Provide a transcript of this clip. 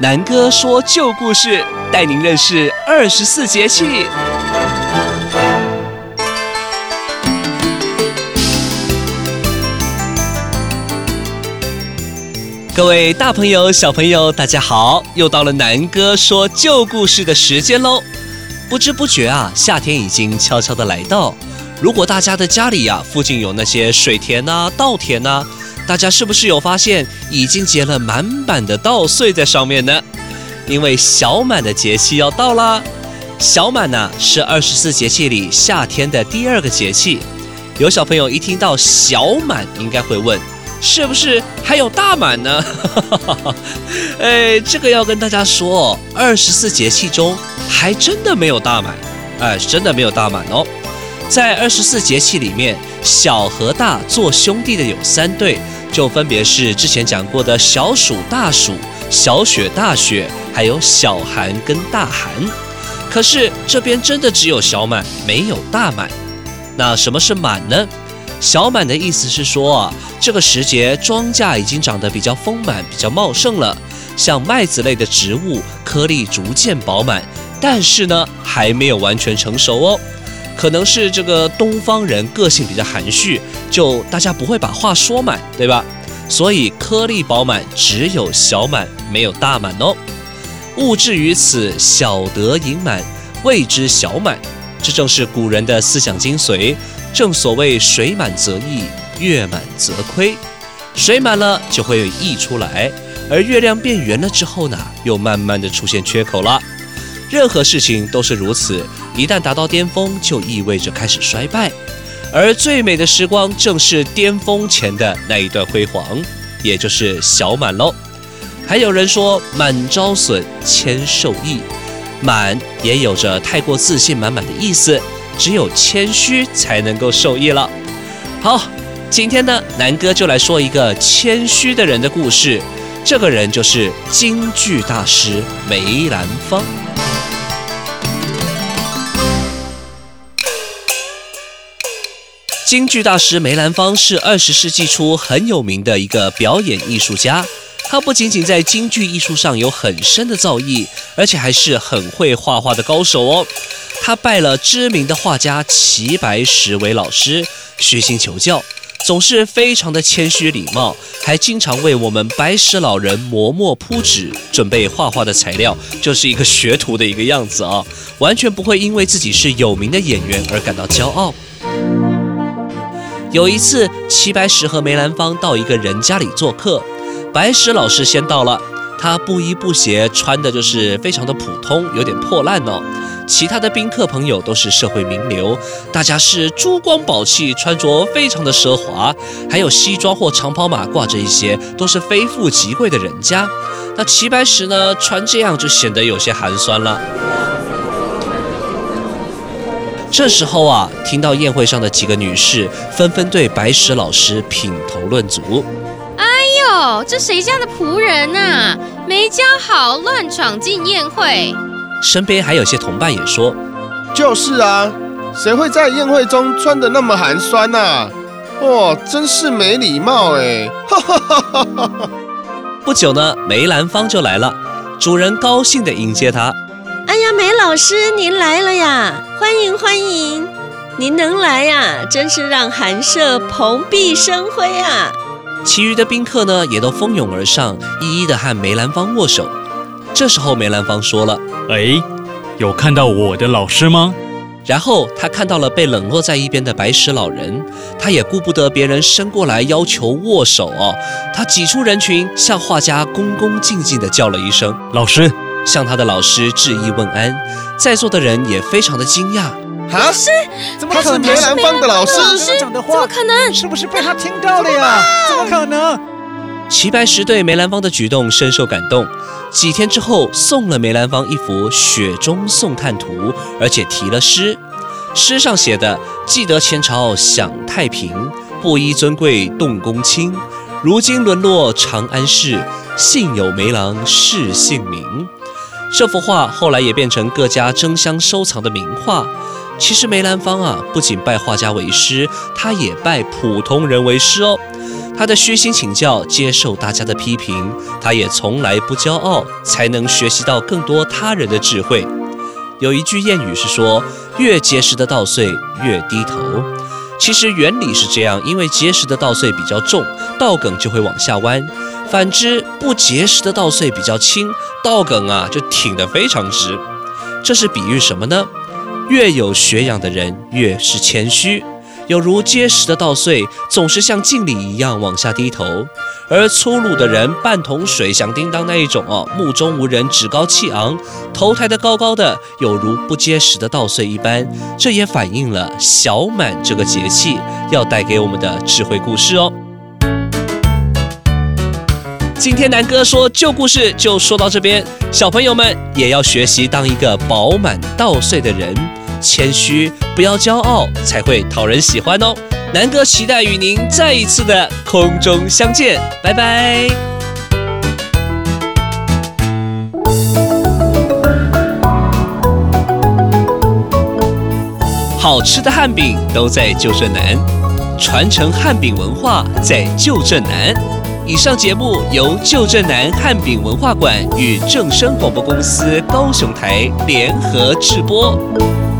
南哥说旧故事，带您认识24节气。各位大朋友、小朋友，大家好！又到了南哥说旧故事的时间喽。不知不觉啊，夏天已经悄悄的来到。如果大家的家里附近有那些水田稻田大家是不是有发现已经结了满满的稻穗在上面呢？因为小满的节气要到啦。小满是24节气里夏天的第2个节气。有小朋友一听到小满，应该会问，是不是还有大满呢？这个要跟大家说，24节气中还真的没有大满，真的没有大满哦。在24节气里面，小和大做兄弟的有3对，就分别是之前讲过的小暑、大暑、小雪、大雪，还有小寒跟大寒。可是这边真的只有小满，没有大满。那什么是满呢？小满的意思是说这个时节庄稼已经长得比较丰满、比较茂盛了，像麦子类的植物颗粒逐渐饱满，但是呢还没有完全成熟哦。可能是这个东方人个性比较含蓄，就大家不会把话说满，对吧？所以颗粒饱满只有小满，没有大满哦。物至于此，小得盈满，谓之小满。这正是古人的思想精髓。正所谓水满则溢，月满则亏。水满了就会有溢出来，而月亮变圆了之后呢，又慢慢的出现缺口了。任何事情都是如此，一旦达到巅峰，就意味着开始衰败。而最美的时光正是巅峰前的那一段辉煌，也就是小满喽。还有人说满招损，谦受益，满也有着太过自信满满的意思，只有谦虚才能够受益了。好，今天呢，南哥就来说一个谦虚的人的故事。这个人就是京剧大师梅兰芳。京剧大师梅兰芳是20世纪初很有名的一个表演艺术家。他不仅仅在京剧艺术上有很深的造诣，而且还是很会画画的高手哦。他拜了知名的画家齐白石为老师，虚心求教，总是非常的谦虚礼貌，还经常为我们白石老人磨墨铺纸，准备画画的材料，就是一个学徒的一个样子啊，完全不会因为自己是有名的演员而感到骄傲。有一次，齐白石和梅兰芳到一个人家里做客，白石老师先到了，他不衣不鞋，穿的就是非常的普通，有点破烂哦。其他的宾客朋友都是社会名流，大家是珠光宝气，穿着非常的奢华，还有西装或长袍马褂，这一些都是非富即贵的人家。那齐白石呢，穿这样就显得有些寒酸了。这时候听到宴会上的几个女士纷纷对白石老师品头论足。 哎呦，这谁家的仆人啊，没教好乱闯进宴会。 身边还有些同伴也说， 就是谁会在宴会中穿得那么寒酸真是没礼貌哎！ 不久呢，梅兰芳就来了，主人高兴地迎接他。 哎呀，梅老师您来了呀，欢迎欢迎！您能来呀，真是让寒舍蓬荜生辉啊！ 其余的宾客呢，也都蜂拥而上，一一的和梅兰芳握手。这时候梅兰芳说了， 有看到我的老师吗？ 然后他看到了被冷落在一边的白石老人，他也顾不得别人伸过来要求握手他挤出人群，向画家恭恭敬敬地叫了一声老师， 向他的老师致意问安。在座的人也非常的惊讶， 老师，他是梅兰芳的老师？ 怎么可能？ 是不是被他听到了呀？怎么可能？ 齐白石对梅兰芳的举动深受感动，几天之后送了梅兰芳一幅《雪中送炭图》，而且题了诗。诗上写的：记得前朝享太平，布衣尊贵动公卿，如今沦落长安市，幸有梅郎识姓名。这幅画后来也变成各家争相收藏的名画。其实梅兰芳不仅拜画家为师，他也拜普通人为师哦。 他的虚心请教，接受大家的批评，他也从来不骄傲，才能学习到更多他人的智慧。有一句谚语是说，越结实的稻穗越低头。其实原理是这样，因为结实的稻穗比较重，稻梗就会往下弯；反之，不结实的稻穗比较轻，稻梗就挺得非常直。这是比喻什么呢？越有学养的人越是谦虚，有如结实的稻穗总是像敬礼一样往下低头，而粗鲁的人半桶水响叮当那一种目中无人，趾高气昂，头抬得高高的，有如不结实的稻穗一般。这也反映了小满这个节气要带给我们的智慧故事哦。今天南哥说旧故事就说到这边，小朋友们也要学习当一个饱满稻穗的人，谦虚，不要骄傲，才会讨人喜欢哦。南哥期待与您再一次的空中相见，拜拜。好吃的汉饼都在旧镇南，传承汉饼文化在旧镇南。以上节目由旧镇南汉饼文化馆与正声广播公司高雄台联合制播。